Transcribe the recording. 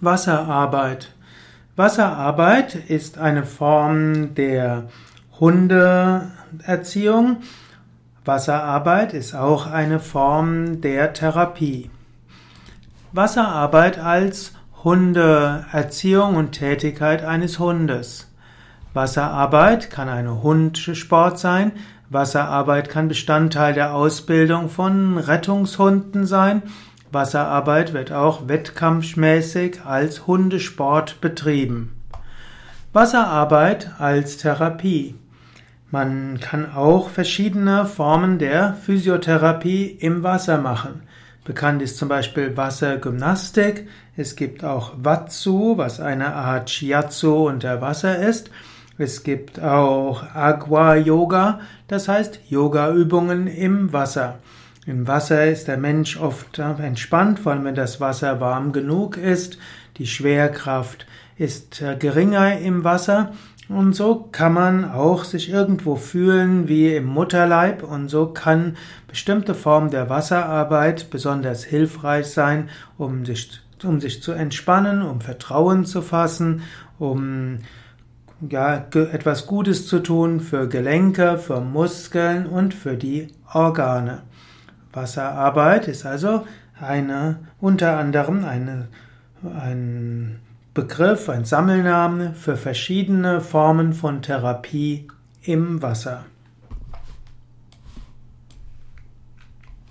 Wasserarbeit. Wasserarbeit ist eine Form der Hundeerziehung. Wasserarbeit ist auch eine Form der Therapie. Wasserarbeit als Hundeerziehung und Tätigkeit eines Hundes. Wasserarbeit kann ein Hundesport sein. Wasserarbeit kann Bestandteil der Ausbildung von Rettungshunden sein. Wasserarbeit wird auch wettkampfmäßig als Hundesport betrieben. Wasserarbeit als Therapie. Man kann auch verschiedene Formen der Physiotherapie im Wasser machen. Bekannt ist zum Beispiel Wassergymnastik. Es gibt auch Watsu, was eine Art Shiatsu unter Wasser ist. Es gibt auch Aqua Yoga, das heißt Yoga-Übungen im Wasser. Im Wasser ist der Mensch oft entspannt, vor allem wenn das Wasser warm genug ist. Die Schwerkraft ist geringer im Wasser und so kann man auch sich irgendwo fühlen wie im Mutterleib und so kann bestimmte Form der Wasserarbeit besonders hilfreich sein, um sich zu entspannen, um Vertrauen zu fassen, um etwas Gutes zu tun für Gelenke, für Muskeln und für die Organe. Wasserarbeit ist also unter anderem ein Begriff, ein Sammelname für verschiedene Formen von Therapie im Wasser.